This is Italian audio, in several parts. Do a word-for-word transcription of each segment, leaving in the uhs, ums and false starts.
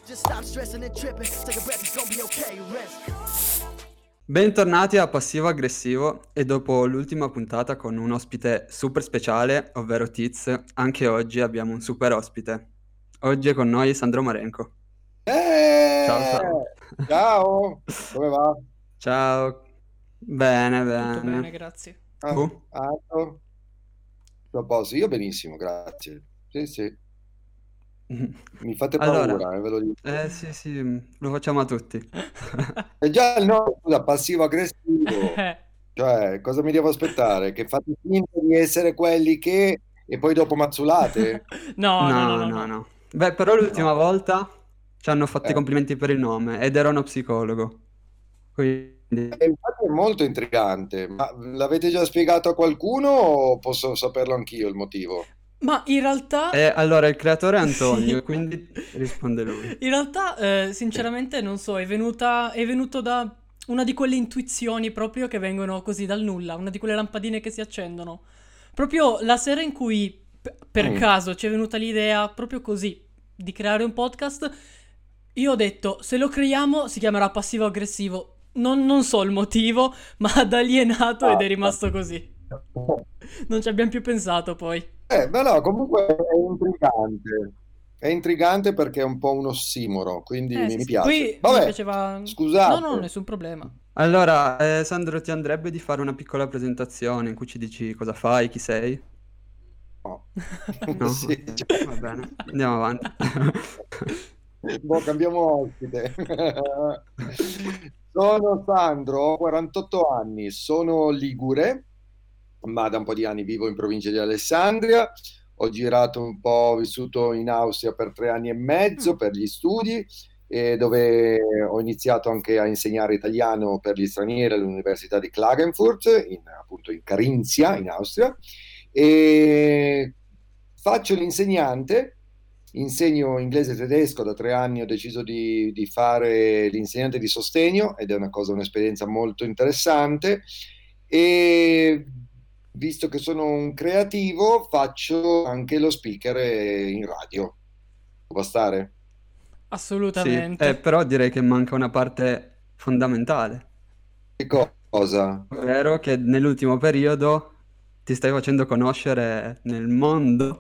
Bentornati a Passivo Aggressivo e dopo l'ultima puntata con un ospite super speciale, ovvero Tiz, anche oggi abbiamo un super ospite. Oggi è con noi Sandro Marenco. Eh, Ciao Sandro. Ciao, come va? Ciao. Bene, bene. Tutto bene, grazie. Ah, Tu? Anto? Tutto a posto? Io benissimo, grazie. Sì, sì. Mi fate Allora, paura, eh, ve lo dico. eh sì sì, lo facciamo a tutti. È già il nome, scusa, passivo-aggressivo. Eh, Cioè, cosa mi devo aspettare? Che fate finta di essere quelli che... e poi dopo mazzulate? No, no, no, No, no, no, no. no. Beh, però l'ultima No. volta ci hanno fatto i Eh. complimenti per il nome ed era uno psicologo. Quindi... E infatti è molto intrigante, ma l'avete già spiegato a qualcuno o posso saperlo anch'io il motivo? Ma in realtà... E allora il creatore è Antonio, Sì. quindi risponde lui. In realtà, eh, sinceramente, non so, è venuta... è venuto da una di quelle intuizioni proprio che vengono così dal nulla, una di quelle lampadine che si accendono. Proprio la sera in cui, p- per Mm. caso, ci è venuta l'idea, proprio così, di creare un podcast, io ho detto, se lo creiamo si chiamerà Passivo Aggressivo. Non, non so il motivo, ma da lì è nato ed è rimasto così. Non ci abbiamo più pensato poi. Eh, ma no, comunque è intrigante. È intrigante perché è un po' un ossimoro, quindi Eh mi, sì mi sì, piace. poi mi Vabbè, piaceva... No, no, scusate. nessun problema. Allora, eh, Sandro, ti andrebbe di fare una piccola presentazione in cui ci dici cosa fai, chi sei? No. No? Sì, Ok, cioè. va bene, andiamo avanti. Boh, cambiamo ospite. Sono Sandro, ho quarantotto anni, sono ligure, ma da un po' di anni vivo in provincia di Alessandria. Ho girato un po', ho vissuto in Austria per tre anni e mezzo Mm. per gli studi, e dove ho iniziato anche a insegnare italiano per gli stranieri all'Università di Klagenfurt, in, appunto in Carinzia, in Austria, e faccio l'insegnante. Insegno inglese e tedesco da tre anni, ho deciso di, di fare l'insegnante di sostegno ed è una cosa, un'esperienza molto interessante. E visto che sono un creativo, faccio anche lo speaker in radio. Può stare? Sì, eh, Assolutamente. però direi che manca una parte fondamentale, Che cosa? ovvero che nell'ultimo periodo ti stai facendo conoscere nel mondo.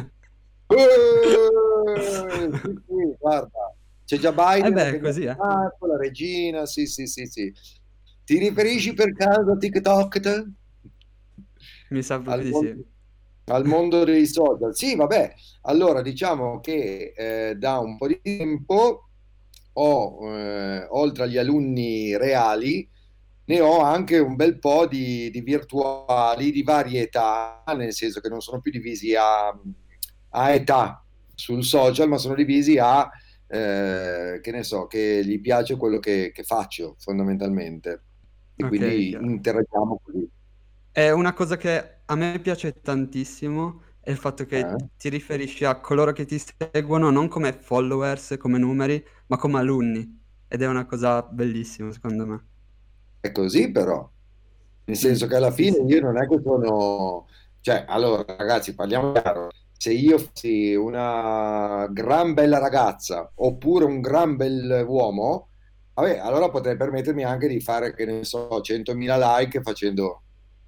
Eh, sì, sì, guarda, c'è già Eh Biden beh, è che mi ha così, eh. chiamato, la regina, sì, sì, sì, sì. Ti riferisci per caso a TikTok? Te? Mi sa proprio Al di mondo, sì. al mondo dei social? Sì, vabbè, allora diciamo che eh, da un po' di tempo ho, eh, oltre agli alunni reali, ne ho anche un bel po' di, di virtuali di varie età, nel senso che non sono più divisi a, a età sul social, ma sono divisi a, eh, che ne so, che gli piace quello che, che faccio fondamentalmente. E Ok, quindi chiaro. interagiamo così. È una cosa che a me piace tantissimo è il fatto che Eh? ti riferisci a coloro che ti seguono non come followers, come numeri, ma come alunni. Ed è una cosa bellissima, secondo me. È così però, nel senso Mm, che alla sì, fine sì. io non è che sono, cioè, allora ragazzi, parliamo chiaro, se io fossi una gran bella ragazza oppure un gran bel uomo, vabbè, allora potrei permettermi anche di fare, che ne so, centomila like facendo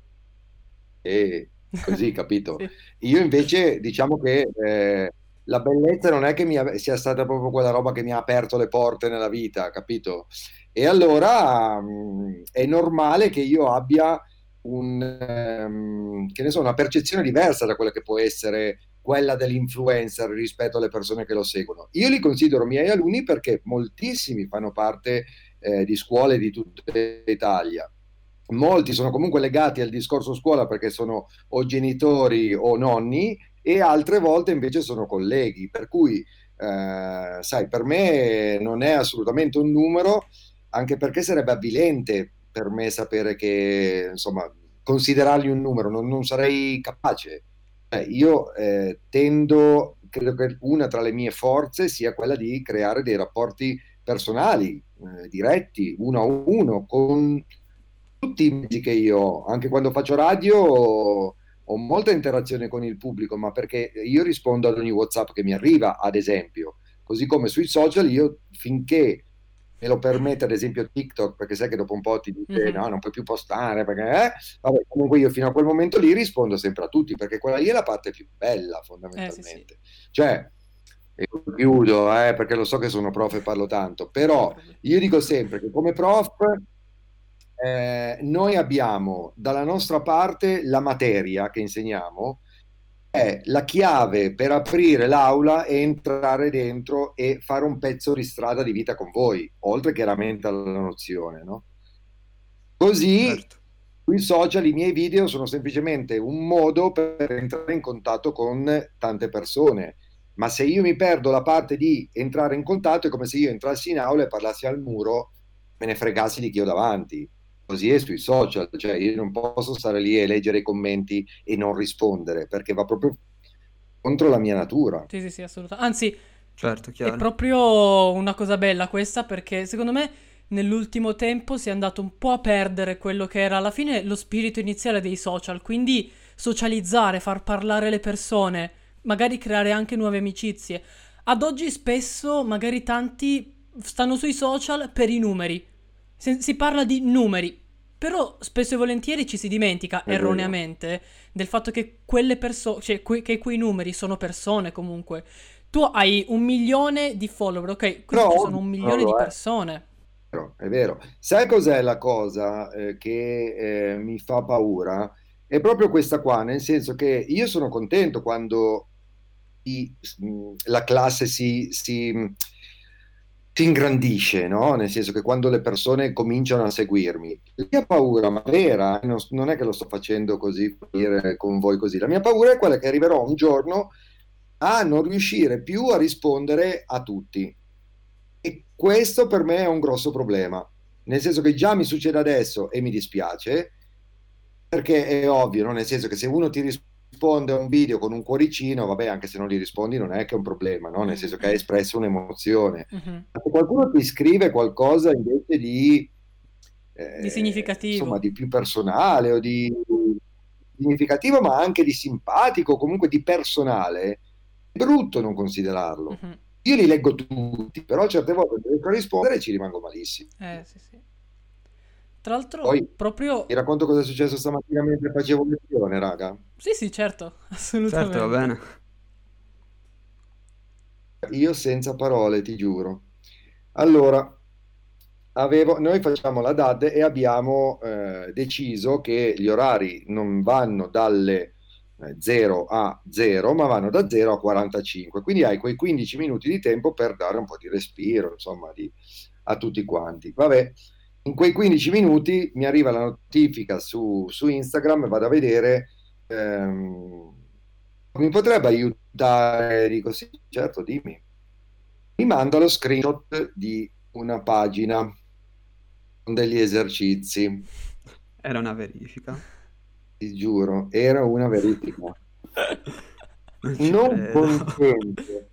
e così, capito? Sì. Io invece diciamo che eh, la bellezza non è che mi ave- sia stata proprio quella roba che mi ha aperto le porte nella vita, capito? E allora mh, è normale che io abbia un, ehm, che ne so, una percezione diversa da quella che può essere quella dell'influencer rispetto alle persone che lo seguono. Io li considero miei alunni perché moltissimi fanno parte eh, di scuole di tutta Italia. Molti sono comunque legati al discorso scuola perché sono o genitori o nonni, e altre volte invece sono colleghi, per cui eh, sai, per me non è assolutamente un numero, anche perché sarebbe avvilente per me sapere che, insomma, considerarli un numero, non, non sarei capace. Eh, io eh, tendo, credo che una tra le mie forze sia quella di creare dei rapporti personali, eh, diretti, uno a uno, con tutti i mezzi che io ho. Anche quando faccio radio ho, ho molta interazione con il pubblico, ma perché io rispondo ad ogni WhatsApp che mi arriva, ad esempio. Così come sui social io, finché me lo permette ad esempio TikTok, perché sai che dopo un po' ti dice Mhm. no, non puoi più postare, perché eh? Vabbè, comunque io fino a quel momento lì rispondo sempre a tutti, perché quella lì è la parte più bella Eh sì, sì, fondamentalmente. Cioè, e chiudo, eh, perché lo so che sono prof e parlo tanto, no però problem. io dico sempre che come prof eh, noi abbiamo dalla nostra parte la materia che insegniamo, è la chiave per aprire l'aula e entrare dentro e fare un pezzo di strada di vita con voi, oltre chiaramente alla nozione, no? Così Certo. sui social i miei video sono semplicemente un modo per entrare in contatto con tante persone, ma se io mi perdo la parte di entrare in contatto è come se io entrassi in aula e parlassi al muro, me ne fregassi di chi ho davanti. Così è sui social, cioè io non posso stare lì e leggere i commenti e non rispondere, perché va proprio contro la mia natura. Sì, sì, sì, assolutamente. Anzi, Certo, è chiaro. proprio una cosa bella questa perché secondo me nell'ultimo tempo si è andato un po' a perdere quello che era alla fine lo spirito iniziale dei social, quindi socializzare, far parlare le persone, magari creare anche nuove amicizie. Ad oggi spesso magari tanti stanno sui social per i numeri. Se- si parla di numeri, però spesso e volentieri ci si dimentica È vero. erroneamente del fatto che quelle persone, cioè que- che quei numeri sono persone comunque. Tu hai un milione di follower, ok? Questi Però ci sono ovvio un che non milione di lo è. persone. Vero, è vero. Sai cos'è la cosa eh, che eh, mi fa paura? È proprio questa qua, nel senso che io sono contento quando i- mh, la classe si, si, mh, si ingrandisce, no? Nel senso che quando le persone cominciano a seguirmi. La mia paura, ma vera, non, non è che lo sto facendo così per dire con voi così, la mia paura è quella che arriverò un giorno a non riuscire più a rispondere a tutti. E questo per me è un grosso problema, nel senso che già mi succede adesso e mi dispiace, perché è ovvio, no? Nel senso che se uno ti risponde a un video con un cuoricino, vabbè, anche se non gli rispondi non è che è un problema, no? Nel Mm, senso che hai mm, espresso un'emozione. mhm. Ma se qualcuno ti scrive qualcosa invece di, Di eh, insomma, significativo. di più personale o di significativo, ma anche di simpatico, comunque di personale, è brutto non considerarlo. Mhm. Io li leggo tutti, però certe volte non riesco a rispondere e ci rimango malissimo. Eh, sì, sì. Tra l'altro, Poi ti proprio... racconto cosa è successo stamattina mentre facevo lezione, raga. Sì, sì, certo, Certo, va assolutamente. bene. Io senza parole, ti giuro. Allora, avevo, noi facciamo la D A D e abbiamo eh, deciso che gli orari non vanno dalle eh, zero a zero, ma vanno da zero a quarantacinque. Quindi hai quei quindici minuti di tempo per dare un po' di respiro, insomma, di- a tutti quanti. Vabbè, in quei quindici minuti mi arriva la notifica su, su Instagram e vado a vedere. ehm, Mi potrebbe aiutare? Dico sì, certo, dimmi. Mi manda lo screenshot di una pagina con degli esercizi, Era una verifica. ti giuro, era una verifica. Non ci Non credo. contento,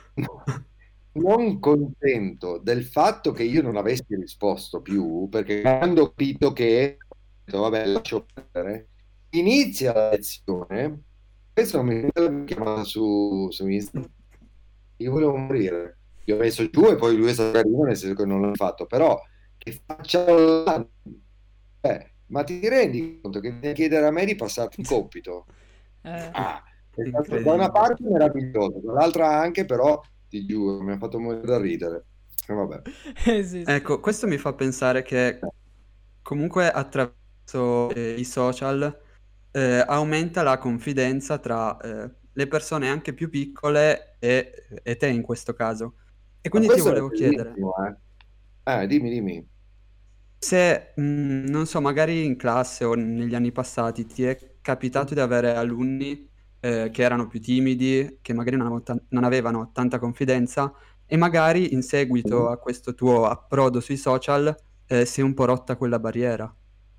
non contento del fatto che io non avessi risposto più, perché quando ho capito che, ho detto, vabbè, lascio perdere, inizia la lezione, questo mi mi chiama su, su Instagram, io volevo morire. Io ho messo giù e poi lui è stato carino, nel senso che non l'ho fatto, però che faccia... eh, ma ti rendi conto che viene a chiedere a me di passarti il compito? Eh, Ah, è stato da una Incredibile. parte meraviglioso, dall'altra anche, però ti giuro, mi ha fatto morire da ridere. E vabbè. eh, sì, sì. Ecco, questo mi fa pensare che comunque attraverso eh, i social eh, aumenta la confidenza tra eh, le persone anche più piccole e, e te in questo caso. E Ma quindi ti questo è volevo chiedere bellissimo, eh. Eh, dimmi, dimmi. se, mh, non so, magari in classe o negli anni passati ti è capitato di avere alunni eh, che erano più timidi, che magari non avevano, tan- non avevano tanta confidenza e magari in seguito a questo tuo approdo sui social eh, si è un po' rotta quella barriera.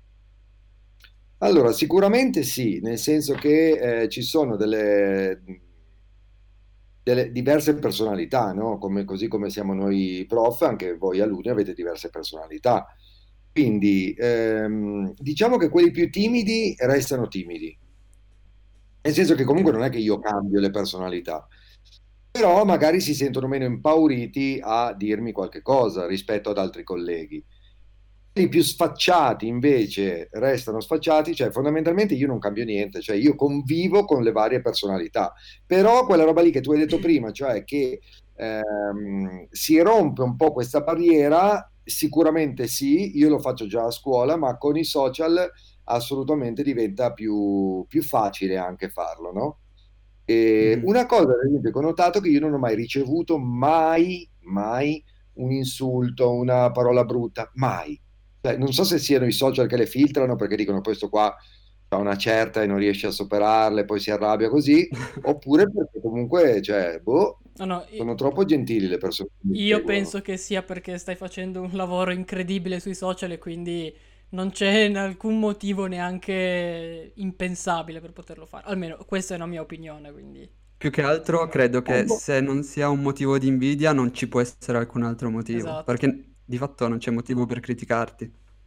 Allora, sicuramente sì, nel senso che eh, ci sono delle, delle diverse personalità, no? Come- così come siamo noi prof, anche voi alunni avete diverse personalità. Quindi ehm, diciamo che quelli più timidi restano timidi, nel senso che comunque Ok. non è che io cambio le personalità. però magari si sentono meno impauriti a dirmi qualche cosa rispetto ad altri colleghi. I più sfacciati invece restano sfacciati, cioè fondamentalmente io non cambio niente, cioè io convivo con le varie personalità, però quella roba lì che tu hai detto prima, cioè che ehm, si rompe un po' questa barriera, sicuramente sì, io lo faccio già a scuola, ma con i social assolutamente diventa più, più facile anche farlo, no? E Mhm. una cosa, ad esempio, che ho notato che io non ho mai ricevuto mai, mai un insulto, una parola brutta, mai. Cioè, non so se siano i social che le filtrano perché dicono questo qua ha una certa e non riesce a superarle, poi si arrabbia così, oppure perché comunque, cioè, boh, No, no, i- sono troppo gentili le persone che mi io seguono. penso che sia perché stai facendo un lavoro incredibile sui social e quindi non c'è alcun motivo neanche impensabile per poterlo fare. Almeno questa è una mia opinione, quindi... Più che altro credo che se non sia un motivo di invidia non ci può essere alcun altro motivo, Esatto. perché di fatto non c'è motivo per criticarti.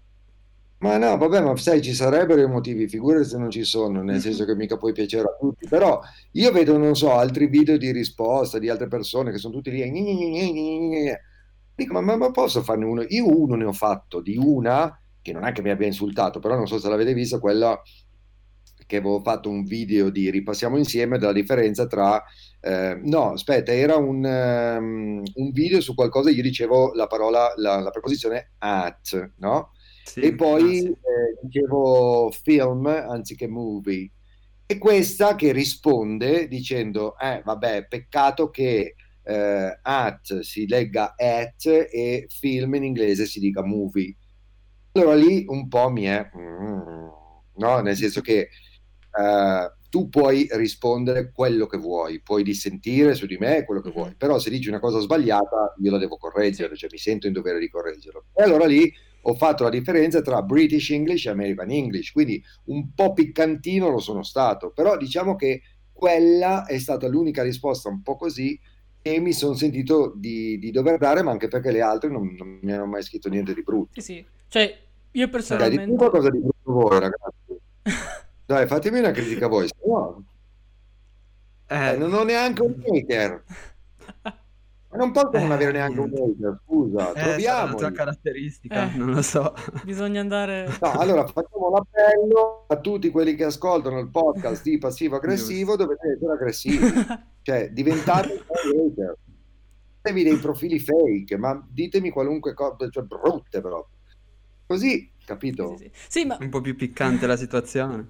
Ma no, vabbè, ma sai, ci sarebbero i motivi, figurati se non ci sono, nel senso Mhm. che mica puoi piacere a tutti, però io vedo, non so, altri video di risposta di altre persone che sono tutti lì, e gne gne gne gne gne gne gne. Dico, ma, ma- ma posso farne uno? Io uno ne ho fatto, di una, che non è che mi abbia insultato, però non so se l'avete vista, quella che avevo fatto un video di ripassiamo insieme della differenza tra... eh, no, aspetta, era un, ehm, un video su qualcosa, io dicevo la parola, la, la preposizione at, no? E Sì, ah poi sì. eh, dicevo film anziché movie. E questa che risponde dicendo, eh, vabbè, peccato che eh, at si legga at e film in inglese si dica movie. Allora lì un po' mi è, mm, no? Nel senso che eh, tu puoi rispondere quello che vuoi, puoi dissentire su di me quello che vuoi, Mhm. però se dici una cosa sbagliata io la devo Sì. correggere, cioè mi sento in dovere di correggerlo. E allora lì ho fatto la differenza tra British English e American English, quindi un po' piccantino lo sono stato, però diciamo che quella è stata l'unica risposta un po' così e mi sono sentito di, di dover dare, ma anche perché le altre non, non mi hanno mai scritto niente di Sì, brutto. sì. Cioè, io Dai, ditemi personalmente... qualcosa di brutto voi, ragazzi. Dai, fatemi una critica voi, se no, eh, Eh, non ho neanche un hater. Ma non posso non avere eh, neanche un niente. hater, scusa, Eh, sarà la tua troviamoli. Eh, caratteristica, non lo so. bisogna andare... No, allora facciamo un appello a tutti quelli che ascoltano il podcast di passivo-aggressivo, Giusto. dovete essere aggressivi, cioè diventate un po' hater. Fatevi dei profili fake, ma ditemi qualunque cosa, cioè brutte proprio. Così, Sì, sì, capito? sì. Sì, ma Un po' più piccante la situazione.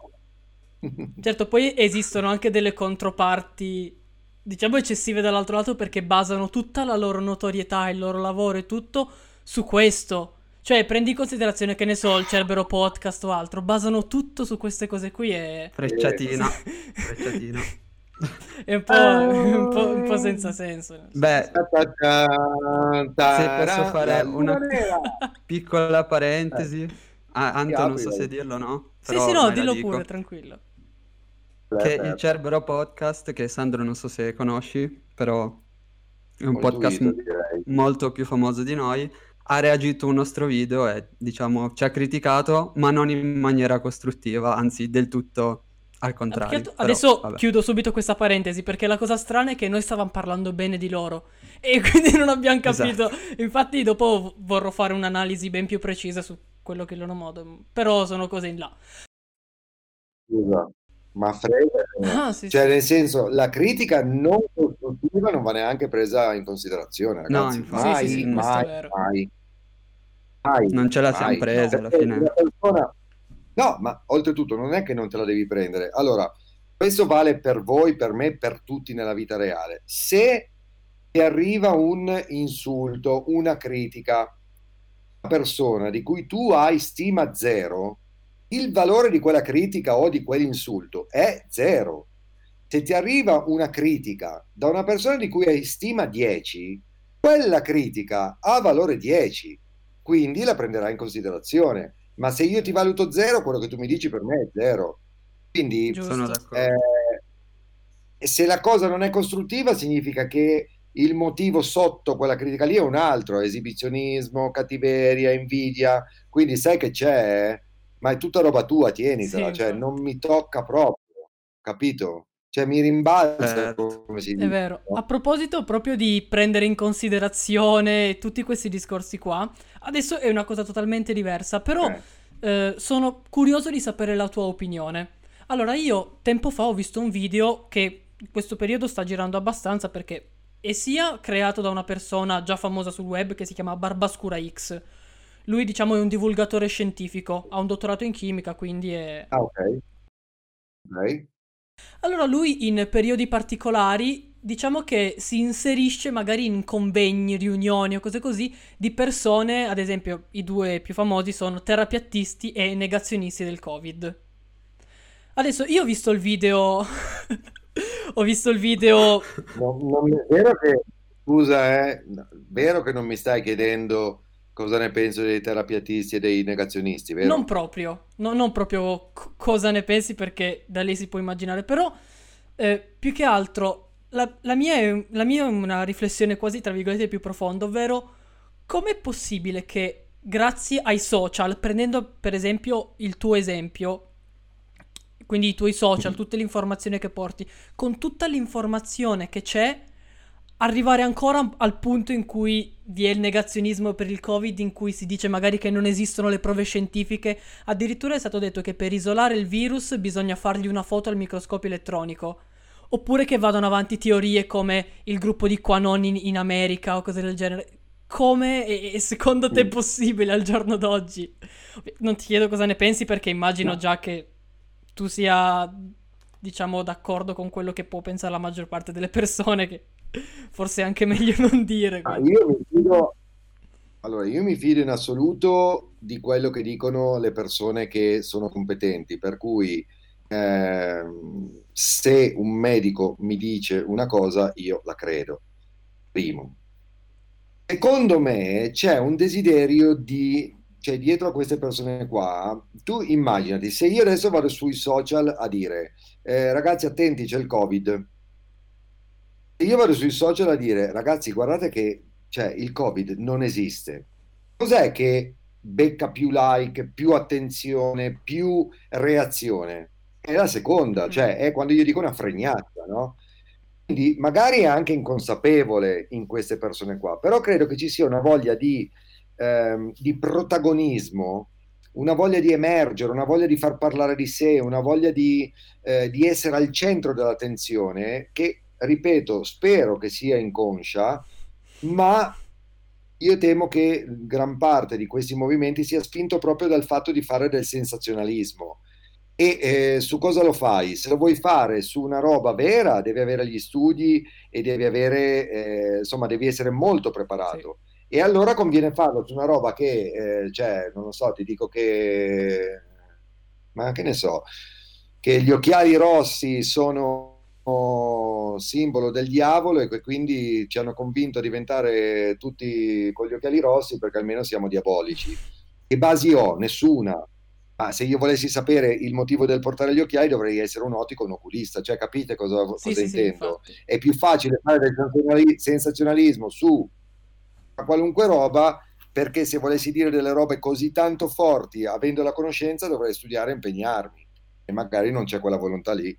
certo, poi esistono anche delle controparti, diciamo, eccessive dall'altro lato perché basano tutta la loro notorietà, il loro lavoro e tutto su questo. Cioè, prendi in considerazione che ne so, il Cerbero Podcast o altro, basano tutto su queste cose qui e... Eh, Frecciatina, frecciatina. è un po', un po', un po' ah, senza senso, nel Beh, senso. ta-ta-ta, se posso tara, la fare una luna nera. piccola Eh, parentesi, ah, ti Anto non apri so la se dirlo o no, Sì, però sì, no, ormai la dillo pure, dico, tranquillo. è che il aperta. Cerbero Podcast, che Sandro non so se conosci, però è un Ho podcast intuito, m- direi. molto più famoso di noi, ha reagito a un nostro video e diciamo ci ha criticato, ma non in maniera costruttiva, anzi del tutto al Ah, più che contrario, altro- però Adesso vabbè. chiudo subito questa parentesi perché la cosa strana è che noi stavamo parlando bene di loro e quindi non abbiamo capito. Esatto. Infatti, dopo vorrò fare un'analisi ben più precisa su quello che è il loro modo. Però sono cose in là. Scusa, ma frega. eh. Ah, sì, Cioè, sì. nel senso, la critica non costruttiva non va neanche presa in considerazione, No, ragazzi. Sì, sì, infatti, Mai, sì, mm, questo è mai, vero. mai, mai, non ce la siamo mai. No. presa alla Perché una fine. persona... No, ma oltretutto non è che non te la devi prendere. Allora, questo vale per voi, per me, per tutti nella vita reale. Se ti arriva un insulto, una critica, una persona di cui tu hai stima zero, il valore di quella critica o di quell'insulto è zero. Se ti arriva una critica da una persona di cui hai stima dieci, quella critica ha valore dieci, quindi la prenderai in considerazione. Ma se io ti valuto zero, quello che tu mi dici per me è zero. Quindi Sono Giusto. eh, d'accordo. se la cosa non è costruttiva, significa che il motivo sotto quella critica lì è un altro, esibizionismo, cattiveria, invidia. Quindi sai che c'è, ma è tutta roba tua, Sì, tienitela, cioè infatti. non mi tocca proprio, capito? Cioè mi rimbalza, Certo. come si È dice, vero. A no? proposito proprio di prendere in considerazione tutti questi discorsi qua, adesso è una cosa totalmente diversa, però Eh, eh, sono curioso di sapere la tua opinione. Allora, io tempo fa ho visto un video che in questo periodo sta girando abbastanza perché è sia creato da una persona già famosa sul web che si chiama Barbascura X. Lui, diciamo, è un divulgatore scientifico, ha un dottorato in chimica, quindi è... ah, ok, ok. Allora lui in periodi particolari, diciamo che si inserisce magari in convegni, riunioni o cose così di persone, ad esempio i due più famosi sono terapiattisti e negazionisti del Covid. Adesso io ho visto il video, ho visto il video Non, non è vero che, scusa, è vero che non mi stai chiedendo cosa ne penso dei terapiatisti e dei negazionisti, non vero? proprio, no- non proprio c- cosa ne pensi perché da lì si può immaginare, però eh, più che altro la, la mia è, la mia è una riflessione quasi tra virgolette più profonda, ovvero com'è possibile che grazie ai social, prendendo per esempio il tuo esempio, quindi i tuoi social, tutte le informazioni che porti, con tutta l'informazione che c'è, arrivare ancora al punto in cui vi è il negazionismo per il Covid, in cui si dice magari che non esistono le prove scientifiche, addirittura è stato detto che per isolare il virus bisogna fargli una foto al microscopio elettronico. Oppure che vadano avanti teorie come il gruppo di Quanon in, in America o cose del genere. Come è, è secondo te Mm. possibile al giorno d'oggi? Non ti chiedo cosa ne pensi perché immagino No. già che tu sia, diciamo, d'accordo con quello che può pensare la maggior parte delle persone, che forse è anche meglio non dire, Ah, quindi. io mi fido, allora, io mi fido in assoluto di quello che dicono le persone che sono competenti, per cui ehm, se un medico mi dice una cosa, io la credo. Primo. Secondo me c'è un desiderio di, cioè dietro a queste persone qua, tu immaginati, se io adesso vado sui social a dire, eh, ragazzi attenti, c'è il Covid, e io vado sui social a dire, ragazzi guardate che cioè, il Covid non esiste, cos'è che becca più like, più attenzione, più reazione? È la seconda, Mm. cioè è quando io dico una fregnaccia, no? Quindi magari è anche inconsapevole in queste persone qua, però credo che ci sia una voglia di, ehm, di protagonismo, una voglia di emergere, una voglia di far parlare di sé, una voglia di, eh, di essere al centro dell'attenzione, che, ripeto, spero che sia inconscia, ma io temo che gran parte di questi movimenti sia spinto proprio dal fatto di fare del sensazionalismo. E eh, su cosa lo fai? Se lo vuoi fare su una roba vera, devi avere gli studi e devi avere, eh, insomma, devi essere molto Sì. preparato. E allora conviene farlo su una roba che, eh, cioè, non lo so, ti dico che, ma che ne so, che gli occhiali rossi sono simbolo del diavolo e che quindi ci hanno convinto a diventare tutti con gli occhiali rossi perché almeno siamo diabolici. Che basi ho? Nessuna. Ma se io volessi sapere il motivo del portare gli occhiali dovrei essere un ottico o un oculista, cioè capite cosa, Sì, cosa sì, sì, intendo? infatti. È più facile fare del sensazionali- sensazionalismo su qualunque roba perché se volessi dire delle robe così tanto forti, avendo la conoscenza, dovrei studiare e impegnarmi e magari non c'è quella volontà lì.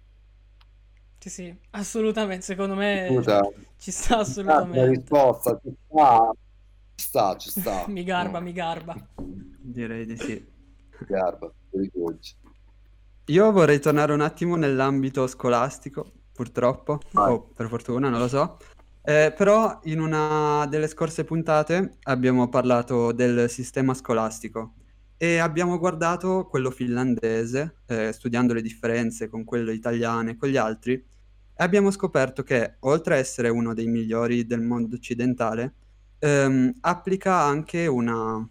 Sì, sì, assolutamente, secondo me Scusa, ci sta ci sta una assolutamente. risposta, ci sta, ci sta, ci sta. Mi garba, Mm. mi garba. Direi di sì. Garba, very good. Io vorrei tornare un attimo nell'ambito scolastico, purtroppo, Vai. o per fortuna, non lo so. Eh, però in una delle scorse puntate abbiamo parlato del sistema scolastico e abbiamo guardato quello finlandese, eh, studiando le differenze con quello italiano e con gli altri, e abbiamo scoperto che, oltre a essere uno dei migliori del mondo occidentale, ehm, applica anche una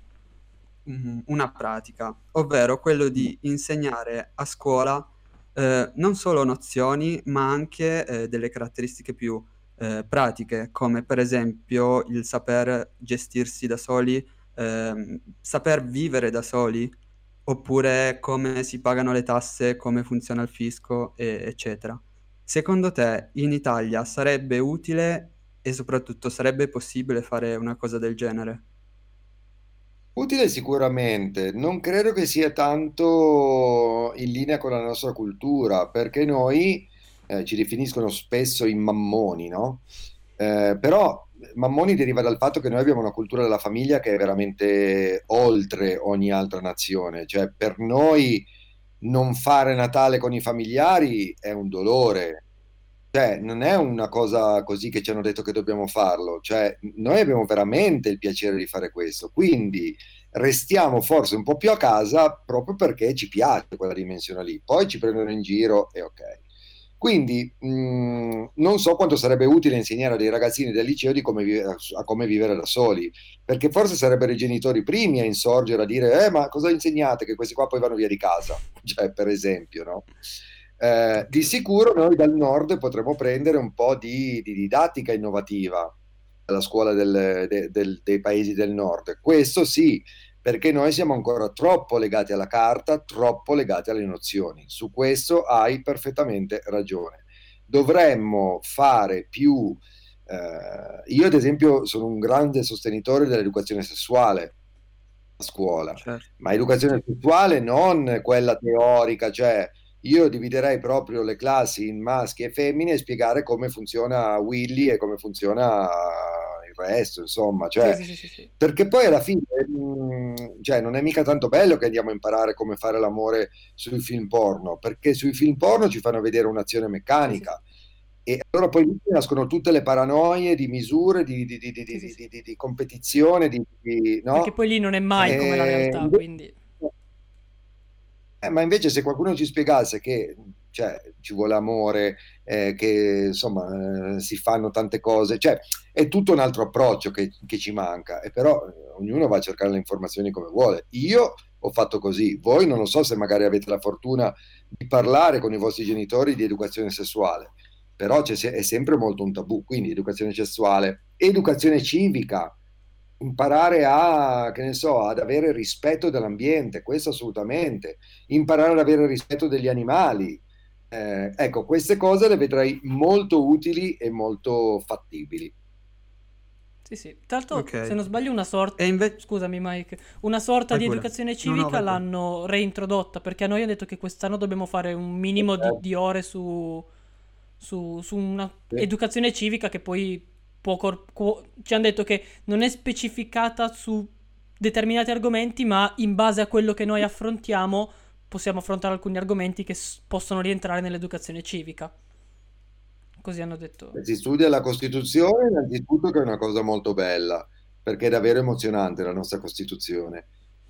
mm, una pratica, ovvero quello di insegnare a scuola eh, non solo nozioni, ma anche eh, delle caratteristiche più eh, pratiche, come per esempio il saper gestirsi da soli, ehm, saper vivere da soli, oppure come si pagano le tasse, come funziona il fisco, e- eccetera. Secondo te in Italia sarebbe utile e soprattutto sarebbe possibile fare una cosa del genere? Utile sicuramente, non credo che sia tanto in linea con la nostra cultura, perché noi eh, ci definiscono spesso i mammoni, no? Eh, però mammoni deriva dal fatto che noi abbiamo una cultura della famiglia che è veramente oltre ogni altra nazione, cioè per noi non fare Natale con i familiari è un dolore, cioè non è una cosa così che ci hanno detto che dobbiamo farlo, cioè noi abbiamo veramente il piacere di fare questo, quindi restiamo forse un po' più a casa proprio perché ci piace quella dimensione lì, poi ci prendono in giro e ok. Quindi mh, non so quanto sarebbe utile insegnare a dei ragazzini del liceo di come vive- a come vivere da soli, perché forse sarebbero i genitori primi a insorgere, a dire, eh, ma cosa insegnate? Che questi qua poi vanno via di casa, cioè per esempio, no? Eh, di sicuro noi dal nord potremmo prendere un po' di, di didattica innovativa dalla scuola del- de- del- dei paesi del nord. Questo sì, perché noi siamo ancora troppo legati alla carta, troppo legati alle nozioni. Su questo hai perfettamente ragione. Dovremmo fare più. Eh, io, ad esempio, sono un grande sostenitore dell'educazione sessuale a scuola, Certo. ma educazione sessuale non quella teorica, cioè io dividerei proprio le classi in maschi e femmine e spiegare come funziona Willy e come funziona il resto, insomma, Sì, cioè, sì, sì, sì, sì. perché poi alla fine, mh, cioè, non è mica tanto bello che andiamo a imparare come fare l'amore sui film porno, perché sui film porno ci fanno vedere un'azione Sì, sì, sì. meccanica. E allora poi lì nascono tutte le paranoie di misure, di, di- di- di- Sì, sì, di- sì. di- di- di competizione, di, di- Perché no? poi lì non è mai come la E realtà, invece- quindi... eh, ma invece se qualcuno ci spiegasse che cioè, ci vuole amore, eh, che insomma eh, si fanno tante cose, cioè è tutto un altro approccio che, che ci manca, e però eh, ognuno va a cercare le informazioni come vuole. Io ho fatto così, voi non lo so se magari avete la fortuna di parlare con i vostri genitori di educazione sessuale, però c'è se- è sempre molto un tabù, quindi educazione sessuale, educazione civica, imparare a, che ne so, ad avere rispetto dell'ambiente, questo assolutamente, imparare ad avere rispetto degli animali. Eh, ecco, queste cose le vedrei molto utili e molto fattibili. Sì, sì. Tra l'altro, se Ok. non sbaglio, una sorta... E invece... Scusami, Mike. Una sorta Vai di pure. educazione No, no, civica vai pure. l'hanno reintrodotta, perché a noi hanno detto che quest'anno dobbiamo fare un minimo di, Eh, di ore su, su, su una sì. educazione civica che poi può cor- può- ci hanno detto che non è specificata su determinati argomenti, ma in base a quello che noi affrontiamo possiamo affrontare alcuni argomenti che s- possono rientrare nell'educazione civica. Così hanno detto. Si studia la Costituzione, innanzitutto, che è una cosa molto bella, perché è davvero emozionante la nostra Costituzione.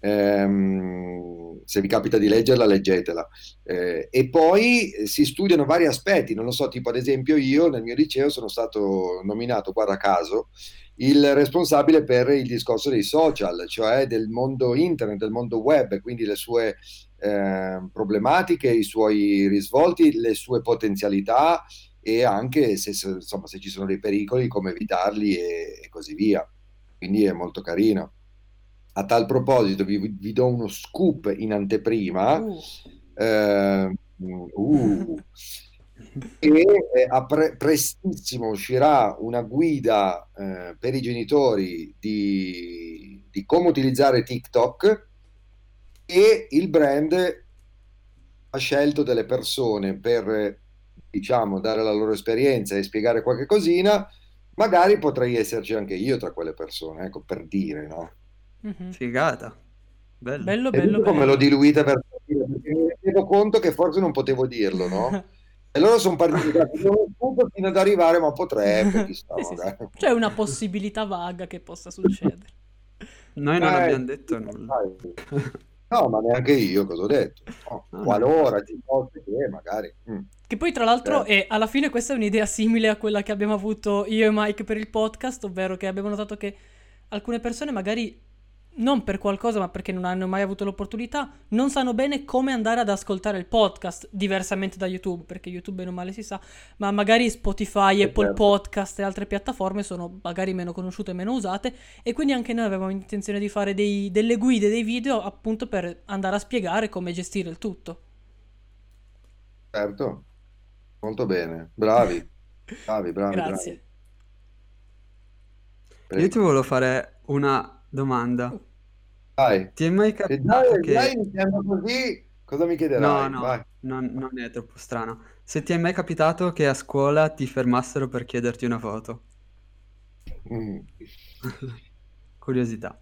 Ehm, se vi capita di leggerla, leggetela. Eh, e poi eh, si studiano vari aspetti, non lo so, tipo ad esempio io nel mio liceo sono stato nominato, guarda caso, il responsabile per il discorso dei social, cioè del mondo internet, del mondo web, quindi le sue eh, problematiche, i suoi risvolti, le sue potenzialità e anche se, se- insomma, se ci sono dei pericoli, come evitarli e, e così via. Quindi è molto carino. A tal proposito, vi, vi do uno scoop in anteprima. Uh. eh, uh, che eh, a pre- prestissimo uscirà una guida eh, per i genitori di, di come utilizzare TikTok, e il brand ha scelto delle persone per, eh, diciamo, dare la loro esperienza e spiegare qualche cosina. Magari potrei esserci anche io tra quelle persone, ecco, per dire, no? Mhm. Figata. Bello. Bello, E bello, visto come l'ho bello. diluita per dire, perché mi rendo conto che forse non potevo dirlo, no? E loro sono partiti da un punto fino ad arrivare, ma potrebbe, chissà, Sì, sì, sì. magari. C'è una possibilità vaga che possa succedere. Noi non Eh, abbiamo detto nulla. dai. No, ma neanche io, cosa ho detto? No, No, no, qualora infatti. ci fosse che magari. Mm, Che poi, tra l'altro, certo. è, alla fine questa è un'idea simile a quella che abbiamo avuto io e Mike per il podcast, ovvero che abbiamo notato che alcune persone magari, non per qualcosa, ma perché non hanno mai avuto l'opportunità, non sanno bene come andare ad ascoltare il podcast, diversamente da YouTube, perché YouTube bene o male si sa, ma magari Spotify, Eh, Apple certo. Podcast e altre piattaforme sono magari meno conosciute e meno usate, e quindi anche noi avevamo intenzione di fare dei- delle guide, dei video, appunto per andare a spiegare come gestire il tutto. Certo, molto bene, bravi, bravi, bravi, bravi. Grazie. Io ti Prego. volevo fare una Uh, domanda. Dai, Ti è mai e dai, capitato dai, che... iniziamo così, Cosa mi No, chiederai? Vai. no, non, non è troppo strano. Se ti è mai capitato che a scuola ti fermassero per chiederti una foto? Mm. Curiosità.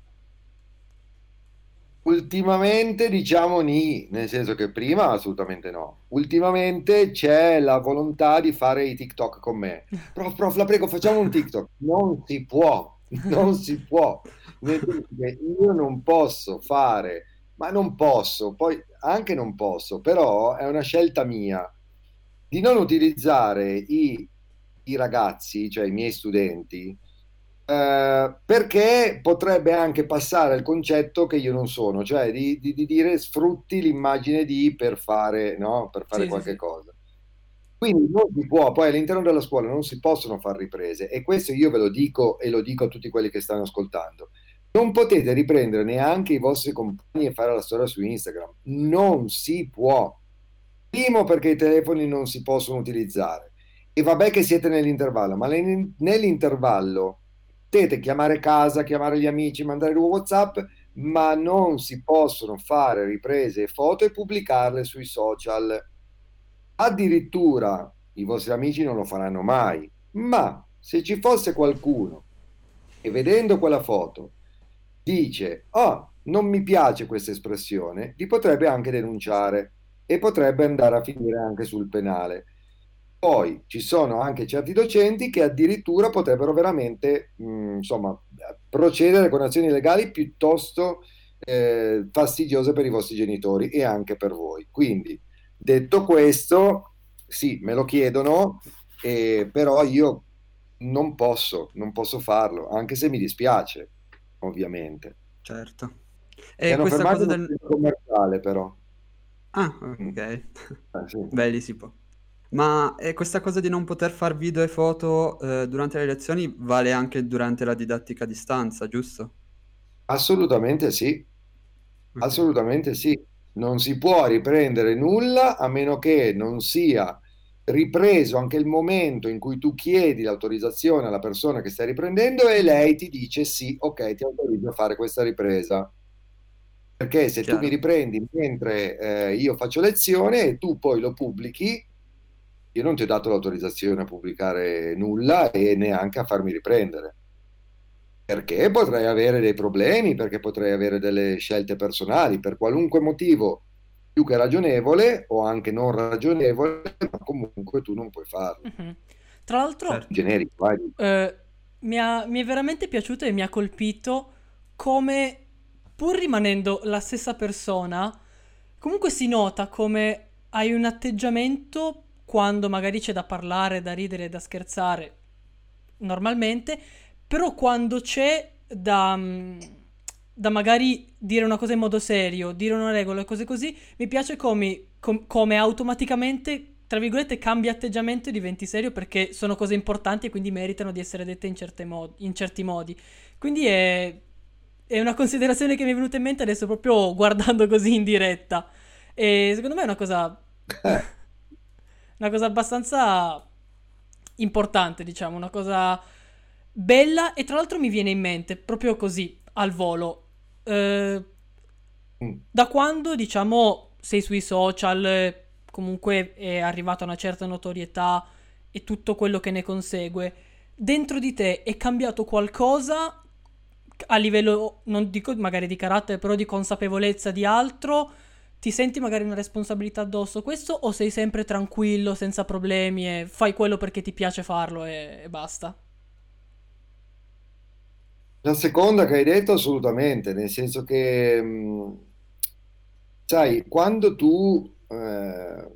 Ultimamente diciamo ni, nel senso che prima assolutamente no. Ultimamente c'è la volontà di fare i TikTok con me. Prof, prof, la prego, facciamo un TikTok. Non si può, non si può. Nel senso che io non posso fare, ma non posso, poi anche non posso, però è una scelta mia di non utilizzare i, i ragazzi, cioè i miei studenti, eh, perché potrebbe anche passare il concetto che io non sono, cioè di, di- di dire sfrutti l'immagine di per fare, no? Per fare Sì, sì, qualche sì. cosa. Quindi non si può, poi all'interno della scuola non si possono fare riprese e questo io ve lo dico e lo dico a tutti quelli che stanno ascoltando. Non potete riprendere neanche i vostri compagni e fare la storia su Instagram. Non si può. Primo perché i telefoni non si possono utilizzare. E vabbè che siete nell'intervallo, ma nell- nell'intervallo potete chiamare casa, chiamare gli amici, mandare due WhatsApp, ma non si possono fare riprese e foto e pubblicarle sui social. Addirittura i vostri amici non lo faranno mai, ma se ci fosse qualcuno e vedendo quella foto dice, oh, non mi piace questa espressione, li potrebbe anche denunciare e potrebbe andare a finire anche sul penale. Poi ci sono anche certi docenti che addirittura potrebbero veramente, mh, insomma, procedere con azioni legali piuttosto eh, fastidiose per i vostri genitori e anche per voi. Quindi, detto questo, sì, me lo chiedono, eh, però io non posso, non posso farlo, anche se mi dispiace, ovviamente. Certo. Mi E hanno questa fermato cosa in un del... centro commerciale, però. Ah, Mm. ok. Eh, sì. Beh, lì si può. Ma e questa cosa di non poter far video e foto eh, durante le lezioni vale anche durante la didattica a distanza, giusto? Assolutamente sì. Ok, Assolutamente sì, non si può riprendere nulla a meno che non sia ripreso anche il momento in cui tu chiedi l'autorizzazione alla persona che stai riprendendo e Mhm. lei ti dice sì, ok, ti autorizzo a fare questa ripresa. Perché se tu mi chiaro. riprendi mentre eh, io faccio lezione e tu poi lo pubblichi, io non ti ho dato l'autorizzazione a pubblicare nulla e neanche a farmi riprendere. Perché potrei avere dei problemi, perché potrei avere delle scelte personali, per qualunque motivo più che ragionevole o anche non ragionevole, ma comunque tu non puoi farlo. Mhm. Tra l'altro, Certo. Generico, vai. eh, mi ha- mi è veramente piaciuto e mi ha colpito come, pur rimanendo la stessa persona, comunque si nota come hai un atteggiamento quando magari c'è da parlare, da ridere, da scherzare, normalmente, però quando c'è da, mm, da magari dire una cosa in modo serio, dire una regola e cose così, mi piace come, com- come automaticamente, tra virgolette, cambia atteggiamento e diventi serio perché sono cose importanti e quindi meritano di essere dette in, certe mod- in certi modi. Quindi è, è una considerazione che mi è venuta in mente adesso proprio guardando così in diretta. E secondo me è una cosa, Eh, una cosa abbastanza importante, diciamo, una cosa bella e tra l'altro mi viene in mente proprio così, al volo. Eh, mm. da quando, diciamo, sei sui social, eh, comunque è arrivata una certa notorietà e tutto quello che ne consegue, dentro di te è cambiato qualcosa a livello, non dico magari di carattere, però di consapevolezza di altro? Ti senti magari una responsabilità addosso questo o sei sempre tranquillo, senza problemi e fai quello perché ti piace farlo e, e basta? La seconda che hai detto assolutamente, nel senso che, mh, sai, quando tu, eh,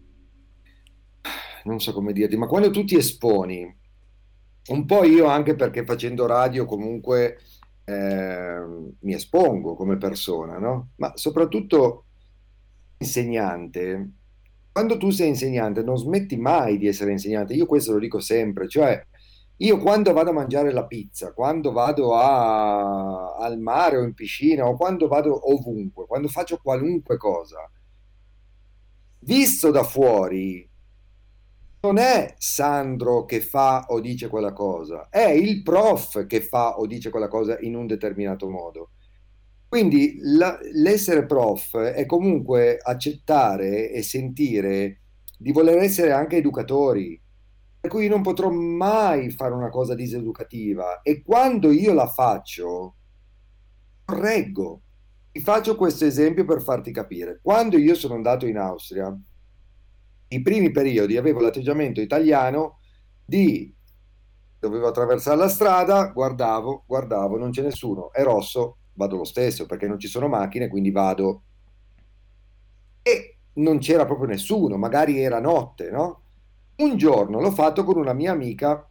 non so come dirti, ma quando tu ti esponi, un po' io anche perché facendo radio comunque eh, mi espongo come persona, no? Ma soprattutto insegnante, quando tu sei insegnante non smetti mai di essere insegnante, io questo lo dico sempre, cioè io quando vado a mangiare la pizza, quando vado a- al mare o in piscina o quando vado ovunque, quando faccio qualunque cosa, visto da fuori non è Sandro che fa o dice quella cosa, è il prof che fa o dice quella cosa in un determinato modo. Quindi la- l'essere prof è comunque accettare e sentire di voler essere anche educatori, per cui io non potrò mai fare una cosa diseducativa e quando io la faccio, correggo. Ti faccio questo esempio per farti capire. Quando io sono andato in Austria, i primi periodi avevo l'atteggiamento italiano di dovevo attraversare la strada, guardavo, guardavo, non c'è nessuno, è rosso, vado lo stesso perché non ci sono macchine, quindi vado. E non c'era proprio nessuno, magari era notte, no? Un giorno l'ho fatto con una mia amica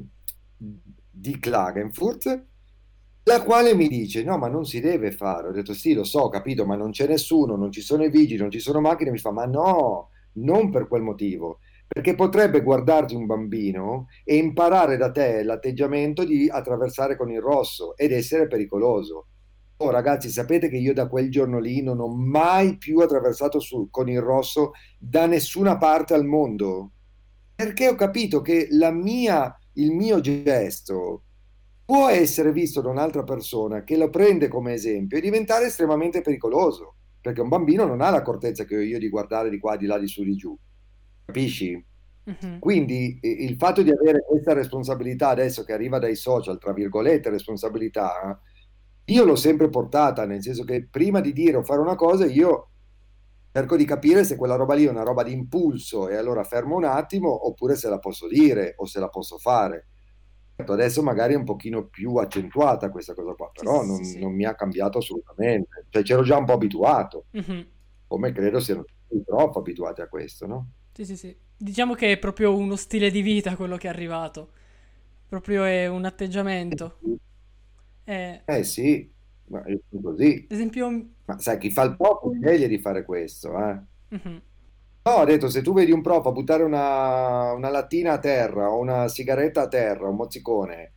di Klagenfurt, la quale mi dice: No, ma non si deve fare. Ho detto: Sì, lo so, ho capito, ma non c'è nessuno, non ci sono i vigili, non ci sono macchine. Mi fa: Ma no, non per quel motivo, perché potrebbe guardarti un bambino e imparare da te l'atteggiamento di attraversare con il rosso ed essere pericoloso. Oh, ragazzi, sapete che io da quel giorno lì non ho mai più attraversato su- con il rosso da nessuna parte al mondo, perché ho capito che la mia, il mio gesto può essere visto da un'altra persona che lo prende come esempio e diventare estremamente pericoloso, perché un bambino non ha l'accortezza che ho io di guardare di qua, di là, di su, di giù, capisci? Mhm. Quindi eh, il fatto di avere questa responsabilità adesso che arriva dai social, tra virgolette, responsabilità, io l'ho sempre portata, nel senso che prima di dire o fare una cosa, io cerco di capire se quella roba lì è una roba di impulso e allora fermo un attimo, oppure se la posso dire o se la posso fare. Certo, adesso magari è un pochino più accentuata questa cosa qua, Sì, sì, però sì, non, sì. non mi ha cambiato assolutamente. Cioè, c'ero già un po' abituato, Mhm. come credo siano tutti troppo abituati a questo, no? Sì, sì, sì. Diciamo che è proprio uno stile di vita quello che è arrivato. Proprio è un atteggiamento. È, Eh sì, ma io sono così. ad esempio... Ma sai, chi fa il poco sceglie di fare questo, eh? Mhm. No, ho detto, se tu vedi un prof a buttare una, una lattina a terra o una sigaretta a terra, un mozzicone,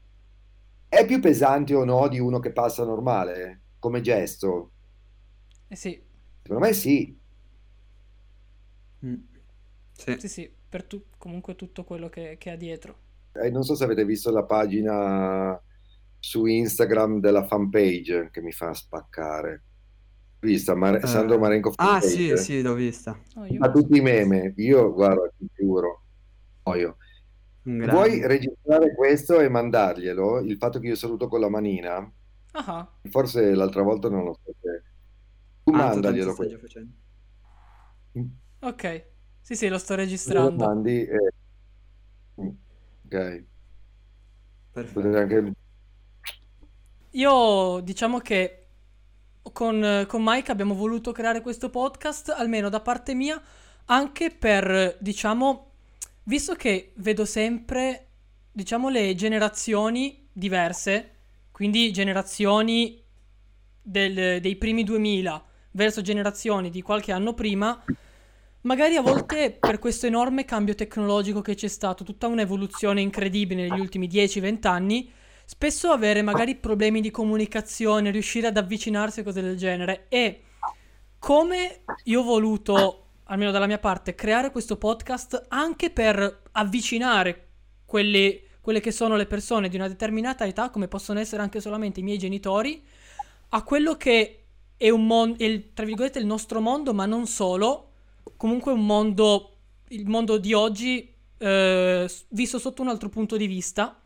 è più pesante o no di uno che passa normale, come gesto? Eh sì, Secondo me sì. Mm. Sì. sì, sì, per tu- comunque tutto quello che, che ha dietro. Eh, non so se avete visto la pagina su Instagram della fanpage che mi fa spaccare. Vista Mar- Sandro Eh, Marenco ah, sì, fanpage? sì, l'ho vista. No, io Ma non so tutti i chi sia. meme. Io, guarda, ti giuro, muoio. Un Vuoi grande. registrare questo e mandarglielo? Il fatto che io saluto con la manina? Ah, ah, Forse l'altra volta non lo so se... Tu Tanto, tanto mandaglielo stai già questo. facendo. ok. Sì, sì, lo sto Me lo registrando. mandi e... Ok. Potete Perfetto. anche... Io diciamo che con, con Mike abbiamo voluto creare questo podcast, almeno da parte mia, anche per, diciamo, visto che vedo sempre, diciamo, le generazioni diverse, quindi generazioni del- dei primi duemila verso generazioni di qualche anno prima, magari a volte per questo enorme cambio tecnologico che c'è stato, tutta un'evoluzione incredibile negli ultimi dieci venti anni, spesso avere magari problemi di comunicazione, riuscire ad avvicinarsi e cose del genere. E come io ho voluto, almeno dalla mia parte, creare questo podcast anche per avvicinare quelle, quelle che sono le persone di una determinata età, come possono essere anche solamente i miei genitori, a quello che è un mondo, tra virgolette, il nostro mondo, ma non solo, comunque un mondo, il mondo di oggi, eh, visto sotto un altro punto di vista.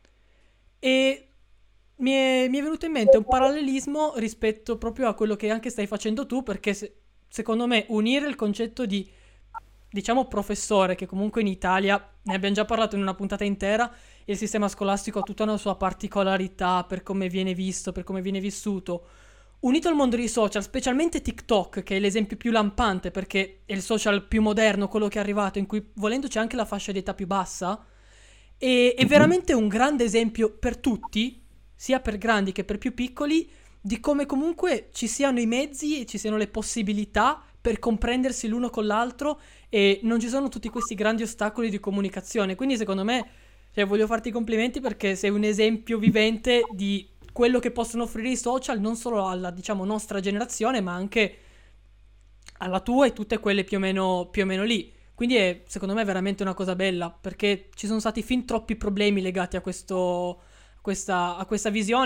E mi è, mi è venuto in mente un parallelismo rispetto proprio a quello che anche stai facendo tu, perché se- secondo me unire il concetto di, diciamo, professore, che comunque in Italia, ne abbiamo già parlato in una puntata intera, il sistema scolastico ha tutta una sua particolarità per come viene visto, per come viene vissuto. Unito al mondo dei social, specialmente TikTok, che è l'esempio più lampante perché è il social più moderno, quello che è arrivato, in cui volendo c'è anche la fascia d'età più bassa, e è veramente un grande esempio per tutti, sia per grandi che per più piccoli, di come comunque ci siano i mezzi e ci siano le possibilità per comprendersi l'uno con l'altro e non ci sono tutti questi grandi ostacoli di comunicazione. Quindi secondo me, cioè, voglio farti i complimenti perché sei un esempio vivente di quello che possono offrire i social non solo alla, diciamo, nostra generazione, ma anche alla tua e tutte quelle più o meno, più o meno lì. Quindi è, secondo me, veramente una cosa bella, perché ci sono stati fin troppi problemi legati a questo, a questa, a questa visione,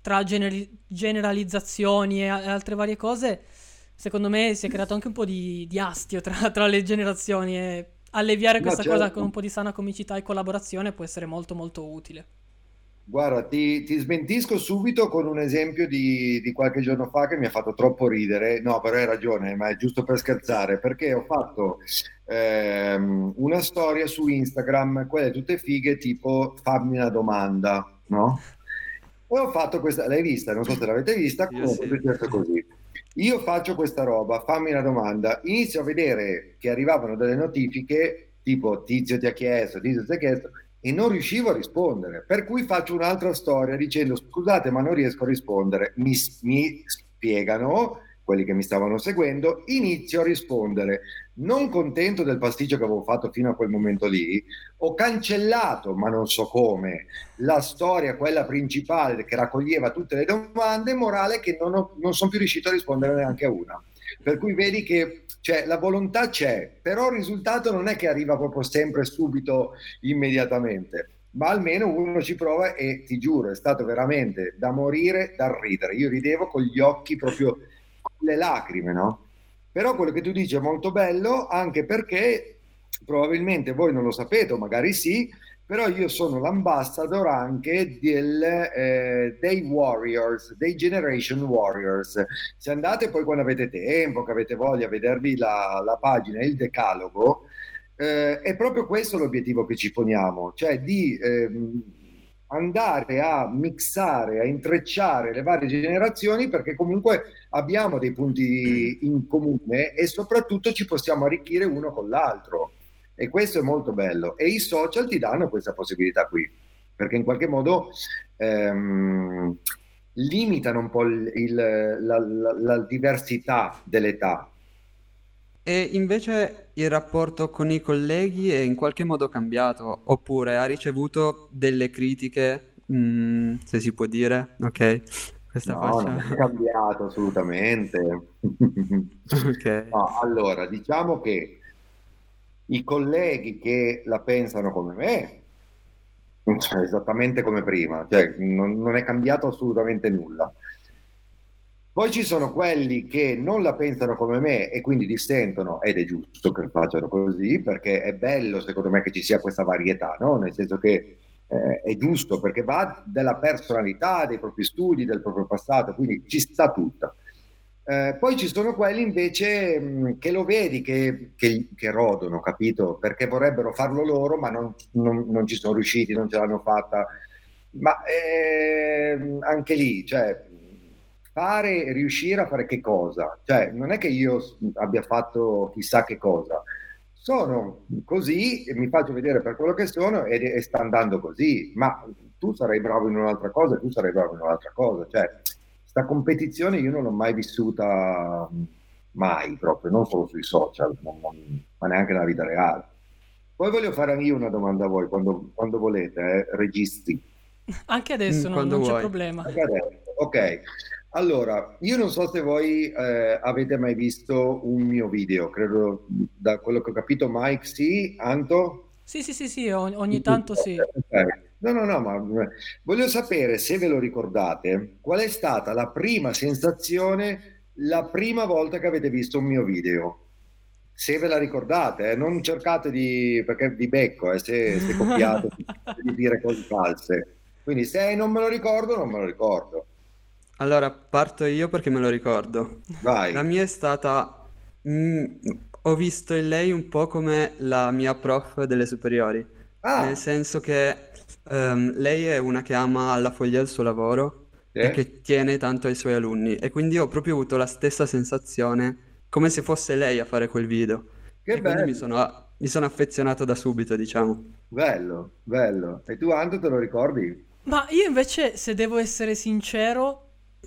tra generi- generalizzazioni e, a- e altre varie cose, secondo me si è creato anche un po' di, di astio tra, tra le generazioni e alleviare No, questa cosa con certo. un po' di sana comicità e collaborazione può essere molto molto utile. Guarda, ti, ti smentisco subito con un esempio di, di qualche giorno fa che mi ha fatto troppo ridere. No, però hai ragione, ma è giusto per scherzare, perché ho fatto ehm, una storia su Instagram, quelle tutte fighe, tipo fammi una domanda, no? E ho fatto questa, l'hai vista? Non so se l'avete vista, Io comunque è sì. successo così. Io faccio questa roba, fammi una domanda, inizio a vedere che arrivavano delle notifiche tipo Tizio ti ha chiesto, Tizio ti ha chiesto, e non riuscivo a rispondere, per cui faccio un'altra storia dicendo scusate ma non riesco a rispondere, mi, mi spiegano quelli che mi stavano seguendo, inizio a rispondere, non contento del pasticcio che avevo fatto fino a quel momento lì, ho cancellato, ma non so come, la storia, quella principale che raccoglieva tutte le domande, morale che non, ho, non sono più riuscito a rispondere neanche a una. Per cui vedi che cioè, la volontà c'è, però il risultato non è che arriva proprio sempre subito, immediatamente, ma almeno uno ci prova e ti giuro, è stato veramente da morire, da ridere. Io ridevo con gli occhi proprio, con le lacrime, no? Però quello che tu dici è molto bello, anche perché probabilmente voi non lo sapete, o magari sì, però io sono l'ambassador anche del, eh, dei Warriors, dei Generation Warriors. Se andate poi quando avete tempo, che avete voglia, a vedervi la, la pagina, il decalogo, eh, è proprio questo l'obiettivo che ci poniamo, cioè di ehm, andare a mixare, a intrecciare le varie generazioni, perché comunque abbiamo dei punti in comune e soprattutto ci possiamo arricchire uno con l'altro. E questo è molto bello e i social ti danno questa possibilità qui, perché in qualche modo ehm, limitano un po' il- il- la, la- la diversità dell'età. E invece il rapporto con i colleghi è in qualche modo cambiato, oppure ha ricevuto delle critiche, mm, se si può dire, ok? Questa No, faccia. non è cambiato assolutamente. Ok. No, allora, diciamo che i colleghi che la pensano come me, cioè, esattamente come prima, cioè, non, non è cambiato assolutamente nulla. Poi ci sono quelli che non la pensano come me e quindi dissentono, ed è giusto che facciano così, perché è bello secondo me che ci sia questa varietà, no? Nel senso che eh, è giusto perché va dalla personalità, dei propri studi, del proprio passato, quindi ci sta tutta. Eh, poi ci sono quelli invece mh, che lo vedi che, che- che rodono, capito? Perché vorrebbero farlo loro, ma non, non- non ci sono riusciti, non ce l'hanno fatta. Ma ehm, anche lì, cioè, fare, riuscire a fare che cosa? Cioè, non è che io s- abbia fatto chissà che cosa. Sono così, e mi faccio vedere per quello che sono e, e sta andando così. Ma tu sarai bravo in un'altra cosa e tu sarai bravo in un'altra cosa. Cioè, sta competizione io non l'ho mai vissuta mai proprio, non solo sui social, non- non- ma neanche nella vita reale. Poi voglio fare io una domanda a voi, quando, quando volete, eh, registi. Anche Mm, adesso no- quando non c'è vuoi. problema. Anche adesso. Ok, allora, io non so se voi eh, avete mai visto un mio video, credo da quello che ho capito, Mike, sì, Anto? Sì, sì, sì, sì, ogni, ogni tanto sì. Ok. No, no, no, ma eh, voglio sapere se ve lo ricordate, qual è stata la prima sensazione la prima volta che avete visto un mio video. Se ve la ricordate, eh, non cercate di, perché vi becco, eh, se, se copiate, di dire cose false. Quindi se non me lo ricordo, non me lo ricordo. Allora, parto io perché me lo ricordo. La Vai. mia è stata... mm, ho visto in lei un po' come la mia prof delle superiori, nel Ah, senso che ehm, lei è una che ama alla follia il suo lavoro e sì? che tiene tanto ai suoi alunni e quindi ho proprio avuto la stessa sensazione, come se fosse lei a fare quel video. Che E quindi mi bello, sono, mi sono affezionato da subito, diciamo. bello, bello. E tu, Anto, te lo ricordi? Ma io invece, se devo essere sincero,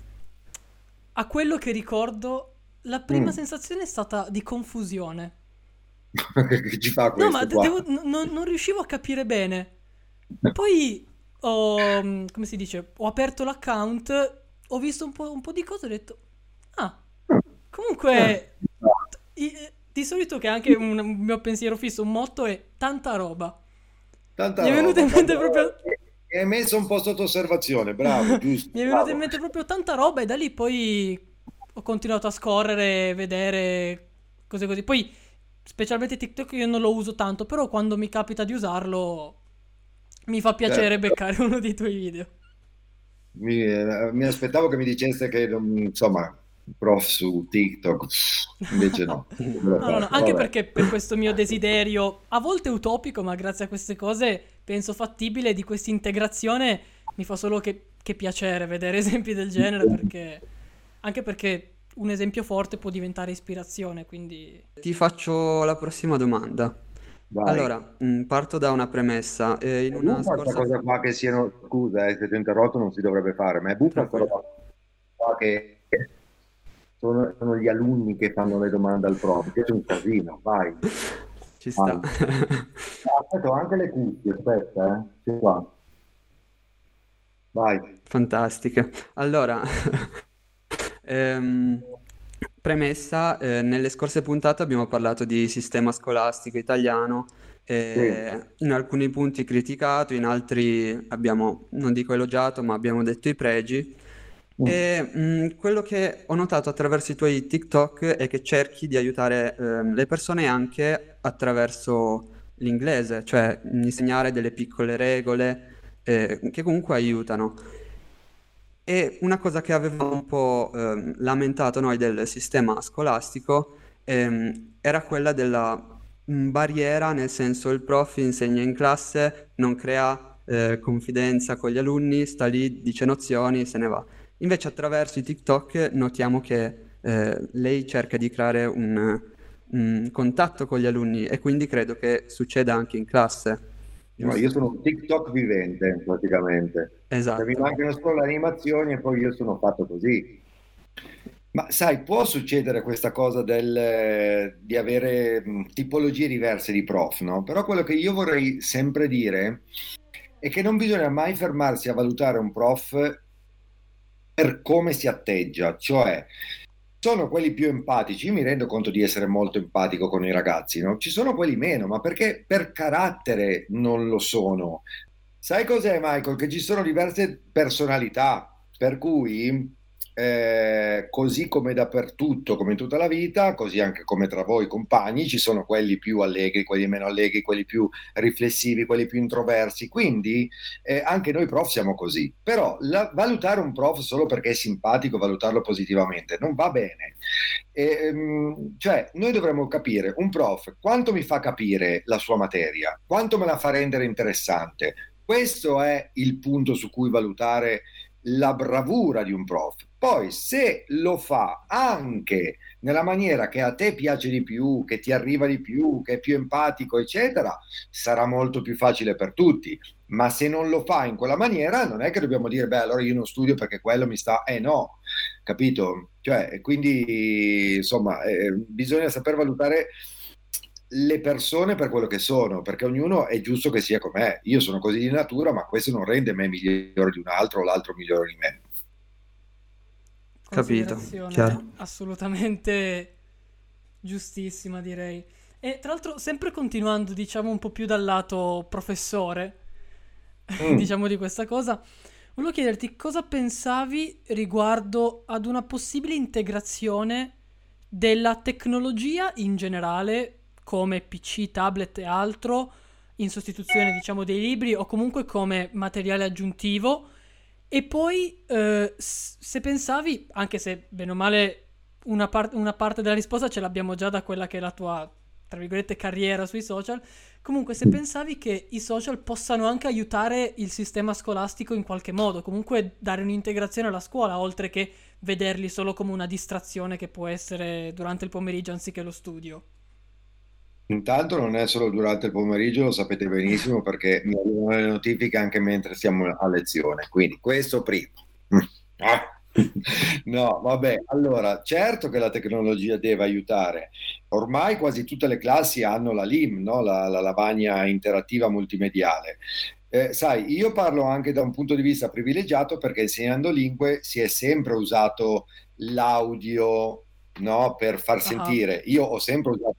a quello che ricordo, la prima Mm. sensazione è stata di confusione. Che ci fa No, ma questo de- qua? devo- n- non non riuscivo a capire bene. Poi ho, mm, come si dice, ho aperto l'account, ho visto un po', un po' di cose e ho detto, ah, Eh, comunque, i- di solito che è anche un, un mio pensiero fisso, un motto è tanta roba. tanta Mi è venuto roba, in mente tanta roba. proprio... E, hai messo un po' sotto osservazione, bravo, giusto, Mi è venuta in bravo. mente proprio tanta roba e da lì poi ho continuato a scorrere, vedere cose così. Poi, specialmente TikTok io non lo uso tanto, però quando mi capita di usarlo mi fa piacere Certo. beccare uno dei tuoi video. Mi, eh, mi aspettavo che mi dicesse che, non- insomma, prof su TikTok, invece no. Non l'ho No, no, no, fatto, anche vabbè. perché per questo mio desiderio, a volte utopico, ma grazie a queste cose penso fattibile, di questa integrazione, mi fa solo che, che piacere vedere esempi del genere, perché anche perché un esempio forte può diventare ispirazione, quindi... Ti faccio la prossima domanda. Vai. Allora, mh, parto da una premessa. Eh, in È una buffa questa scorsa... cosa qua che siano, scusa eh, se ti ho interrotto, non si dovrebbe fare, ma è buffa questa Tranquillo, roba qua che sono, sono gli alunni che fanno le domande al prof, che è un casino, vai, ci sta. vai. Aspetta, ho anche le cuffie, aspetta, eh. Sì, qua. Vai. Fantastiche. Allora, ehm, premessa, eh, nelle scorse puntate abbiamo parlato di sistema scolastico italiano, Sì. eh, in alcuni punti criticato, in altri abbiamo, non dico elogiato, ma abbiamo detto i pregi. Mm. E mh, quello che ho notato attraverso i tuoi TikTok è che cerchi di aiutare ehm, le persone anche attraverso l'inglese, cioè insegnare delle piccole regole eh, che comunque aiutano. E una cosa che avevamo un po' ehm, lamentato noi del sistema scolastico ehm, era quella della mh, barriera, nel senso il prof insegna in classe, non crea eh, confidenza con gli alunni, sta lì, dice nozioni, se ne va. Invece attraverso i TikTok notiamo che eh, lei cerca di creare un, un contatto con gli alunni e quindi credo che succeda anche in classe, No, io giusto? sono un TikTok vivente praticamente. Cioè, mi Esatto. mancano solo le animazioni e poi io sono fatto così. Ma sai, può succedere questa cosa del, di avere mh, tipologie diverse di prof, no? Però quello che io vorrei sempre dire è che non bisogna mai fermarsi a valutare un prof per come si atteggia, cioè sono quelli più empatici, io mi rendo conto di essere molto empatico con i ragazzi, no? Ci sono quelli meno, ma perché per carattere non lo sono. Sai cos'è, Michael? Che ci sono diverse personalità, per cui eh, così come dappertutto, come in tutta la vita, così anche come tra voi compagni, ci sono quelli più allegri, quelli meno allegri, quelli più riflessivi, quelli più introversi. Quindi eh, anche noi prof siamo così. Però la- valutare un prof solo perché è simpatico, valutarlo positivamente, non va bene. Ehm, cioè, noi dovremmo capire un prof quanto mi fa capire la sua materia, quanto me la fa rendere interessante. Questo è il punto su cui valutare la bravura di un prof. Poi, se lo fa anche nella maniera che a te piace di più, che ti arriva di più, che è più empatico, eccetera, sarà molto più facile per tutti. Ma se non lo fa in quella maniera, non è che dobbiamo dire, beh, allora io non studio perché quello mi sta... Eh no, capito? Cioè, quindi, insomma, eh, bisogna saper valutare le persone per quello che sono, perché ognuno è giusto che sia com'è. Io sono così di natura, ma questo non rende me migliore di un altro o l'altro migliore di me. Capito, chiaro. Considerazione assolutamente giustissima, direi. E tra l'altro, sempre continuando, diciamo, un po' più dal lato professore, Mm. diciamo di questa cosa, volevo chiederti cosa pensavi riguardo ad una possibile integrazione della tecnologia in generale, come P C, tablet e altro, in sostituzione, diciamo, dei libri o comunque come materiale aggiuntivo. E poi, eh, s- se pensavi, anche se bene o male una, par- una parte della risposta ce l'abbiamo già da quella che è la tua, tra virgolette, carriera sui social, comunque se pensavi che i social possano anche aiutare il sistema scolastico in qualche modo, comunque dare un'integrazione alla scuola, oltre che vederli solo come una distrazione che può essere durante il pomeriggio anziché lo studio. Intanto non è solo durante il pomeriggio, lo sapete benissimo perché mi arrivano le notifiche anche mentre siamo a lezione, quindi questo primo. Ah. No, vabbè, allora, certo che la tecnologia deve aiutare. Ormai quasi tutte le classi hanno la L I M, no? La, la lavagna interattiva multimediale. Eh, sai, io parlo anche da un punto di vista privilegiato perché insegnando lingue si è sempre usato l'audio, no? Per far Ah, sentire. Io ho sempre usato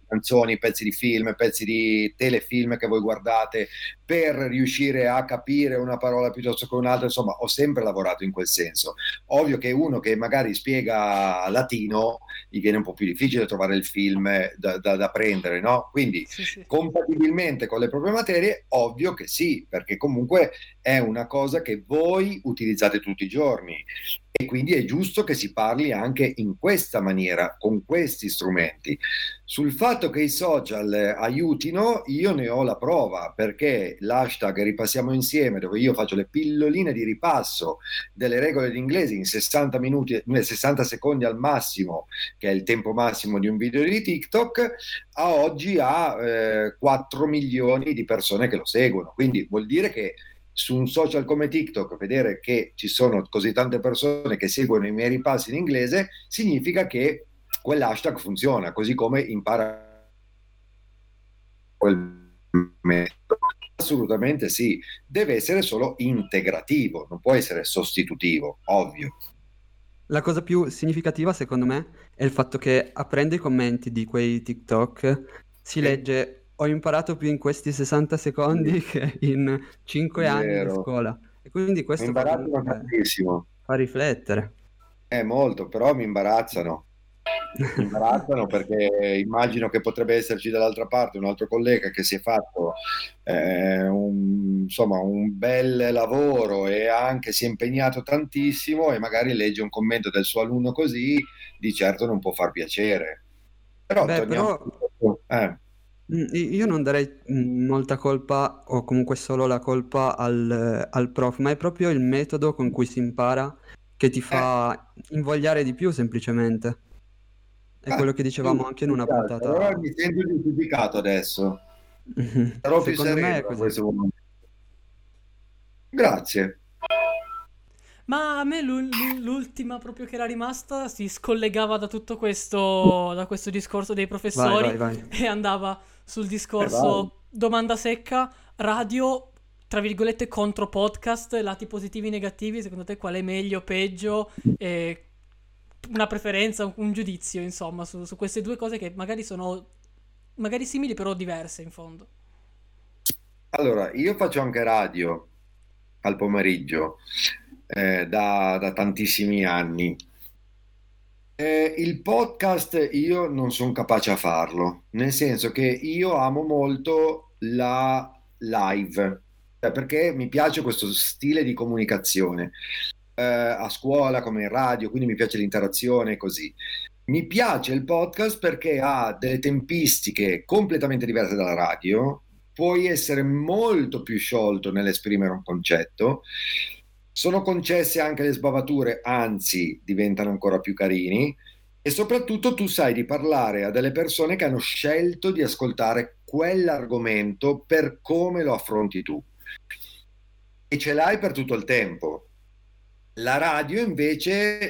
canzoni, pezzi di film, pezzi di telefilm che voi guardate per riuscire a capire una parola piuttosto che un'altra. Insomma, ho sempre lavorato in quel senso. Ovvio che uno che magari spiega latino gli viene un po' più difficile trovare il film da, da, da prendere, no? Quindi Sì, sì. compatibilmente con le proprie materie, ovvio che sì, perché comunque è una cosa che voi utilizzate tutti i giorni e quindi è giusto che si parli anche in questa maniera, con questi strumenti. Sul fatto che i social aiutino, io ne ho la prova, perché l'hashtag Ripassiamo Insieme, dove io faccio le pilloline di ripasso delle regole d'inglese in sessanta minuti, sessanta secondi al massimo, che è il tempo massimo di un video di TikTok, a oggi ha eh, quattro milioni di persone che lo seguono. Quindi vuol dire che su un social come TikTok vedere che ci sono così tante persone che seguono i miei ripassi in inglese significa che quell'hashtag funziona, così come impara quel metodo. Assolutamente sì, deve essere solo integrativo, non può essere sostitutivo, ovvio. La cosa più significativa, secondo me, è il fatto che aprendo i commenti di quei TikTok si Sì. legge ho imparato più in questi sessanta secondi che in cinque anni di Vero. scuola. E quindi Mi questo fa, imbarazzano comunque, tantissimo. fa riflettere. È molto, però mi imbarazzano. Mi imbarazzano perché immagino che potrebbe esserci dall'altra parte un altro collega che si è fatto eh, un, insomma, un bel lavoro e anche si è impegnato tantissimo e magari legge un commento del suo alunno così, di certo non può far piacere. Però Beh, torniamo... però Eh, mm, i- io non darei mm, molta colpa o comunque solo la colpa al, al prof, ma è proprio il metodo con cui si impara che ti eh, fa invogliare di più semplicemente. È ah, quello che dicevamo giusto, anche in mi una piace. Allora puntata. mi sento giustificato adesso. Sarò più Secondo me è sereno da così. questo momento. Grazie. Ma a me l'ul- l'ul- l'ultima proprio che era rimasta si scollegava da tutto questo, da questo discorso dei Vai, professori vai, vai. e andava sul Eh, vai. discorso domanda secca, radio, tra virgolette, contro podcast, lati positivi e negativi, secondo te qual è meglio, peggio, e una preferenza, un, un giudizio, insomma, su, su queste due cose che magari sono magari simili però diverse in fondo. Allora, io faccio anche radio al pomeriggio eh, da, da tantissimi anni. Eh, il podcast io non sono capace a farlo, nel senso che io amo molto la live, cioè perché mi piace questo stile di comunicazione eh, a scuola come in radio, quindi mi piace l'interazione e così. Mi piace il podcast perché ha delle tempistiche completamente diverse dalla radio, puoi essere molto più sciolto nell'esprimere un concetto, sono concesse anche le sbavature, anzi diventano ancora più carini e soprattutto tu sai di parlare a delle persone che hanno scelto di ascoltare quell'argomento per come lo affronti tu e ce l'hai per tutto il tempo. La radio invece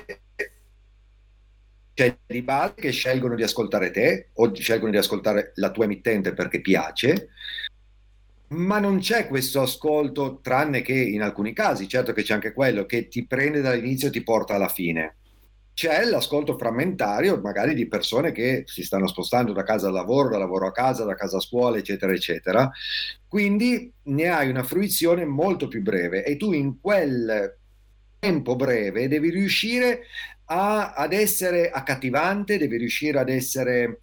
c'è di base che scelgono di ascoltare te o scelgono di ascoltare la tua emittente perché piace, ma non c'è questo ascolto, tranne che in alcuni casi, certo che c'è anche quello che ti prende dall'inizio e ti porta alla fine. C'è l'ascolto frammentario, magari di persone che si stanno spostando da casa al lavoro, da lavoro a casa, da casa a scuola, eccetera, eccetera. Quindi ne hai una fruizione molto più breve e tu in quel tempo breve devi riuscire a, ad essere accattivante, devi riuscire ad essere...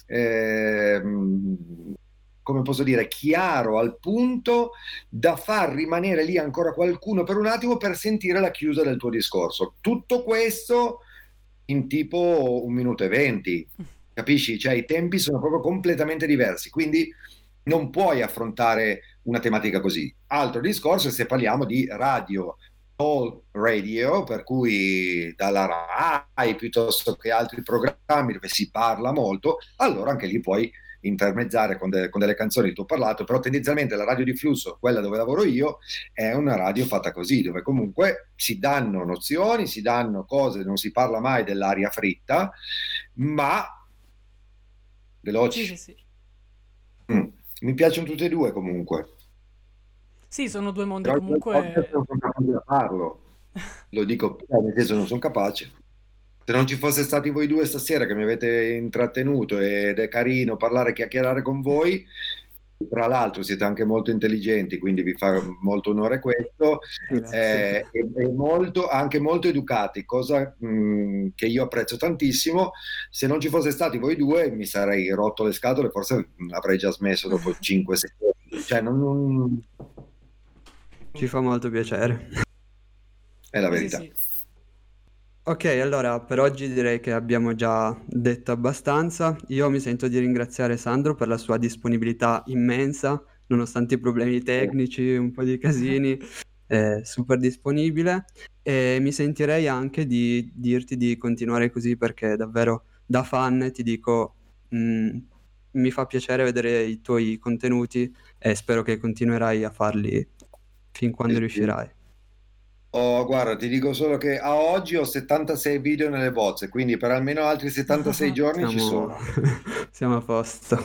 ehm, come posso dire, chiaro al punto da far rimanere lì ancora qualcuno per un attimo per sentire la chiusa del tuo discorso. Tutto questo in tipo un minuto e venti, capisci? Cioè i tempi sono proprio completamente diversi, quindi non puoi affrontare una tematica così. Altro discorso è se parliamo di radio, talk radio, per cui dalla Rai piuttosto che altri programmi dove si parla molto, allora anche lì puoi intermediare con, de- con delle canzoni. Tu ho parlato, però tendenzialmente la radio di flusso, quella dove lavoro io, è una radio fatta così, dove comunque si danno nozioni, si danno cose, non si parla mai dell'aria fritta, ma veloci. Sì, sì, sì. Mm. Mi piacciono tutte e due comunque. Sì, sono due mondi Però io il podcast comunque. non sono capace a farlo, lo dico, eh, nel senso non sono capace. Se non ci fosse stati voi due stasera che mi avete intrattenuto ed è carino parlare, chiacchierare con voi, tra l'altro siete anche molto intelligenti, quindi vi fa molto onore questo, Grazie. eh, e, e molto, anche molto educati, cosa mh, che io apprezzo tantissimo. Se non ci fosse stati voi due mi sarei rotto le scatole, forse avrei già smesso dopo cinque secondi. Cioè, non, non- Ci fa molto piacere. è la Sì, sì, verità. sì. Ok, allora per oggi direi che abbiamo già detto abbastanza. Io mi sento di ringraziare Sandro per la sua disponibilità immensa, nonostante i problemi tecnici, un po' di casini, è super disponibile e mi sentirei anche di dirti di continuare così perché davvero da fan ti dico, mh, mi fa piacere vedere i tuoi contenuti e spero che continuerai a farli fin quando Sì, sì. riuscirai. Oh, guarda, ti dico solo che a oggi ho settantasei video nelle bozze, quindi per almeno altri settantasei giorni ci Siamo, sono. siamo a posto.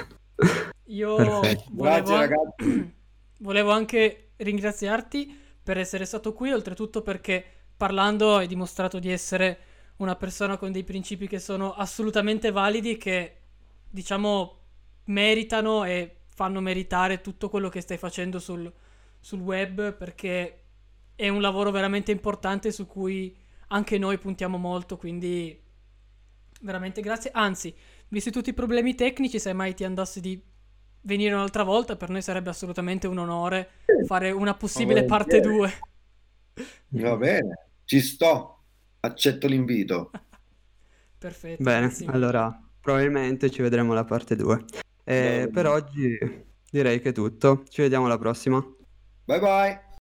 Io Perfetto. volevo, Grazie an- ragazzi. volevo anche ringraziarti per essere stato qui, oltretutto perché parlando hai dimostrato di essere una persona con dei principi che sono assolutamente validi e che, diciamo, meritano e fanno meritare tutto quello che stai facendo sul, sul web, perché è un lavoro veramente importante su cui anche noi puntiamo molto, quindi veramente grazie. Anzi, visti tutti i problemi tecnici, se mai ti andasse di venire un'altra volta, per noi sarebbe assolutamente un onore fare una Ma possibile parte volentieri. due. Va bene, ci sto, accetto l'invito. Perfetto, Bene, grazie mille. allora probabilmente ci vedremo alla parte due. Va E per bene. oggi direi che è tutto. Ci vediamo alla prossima. Bye bye.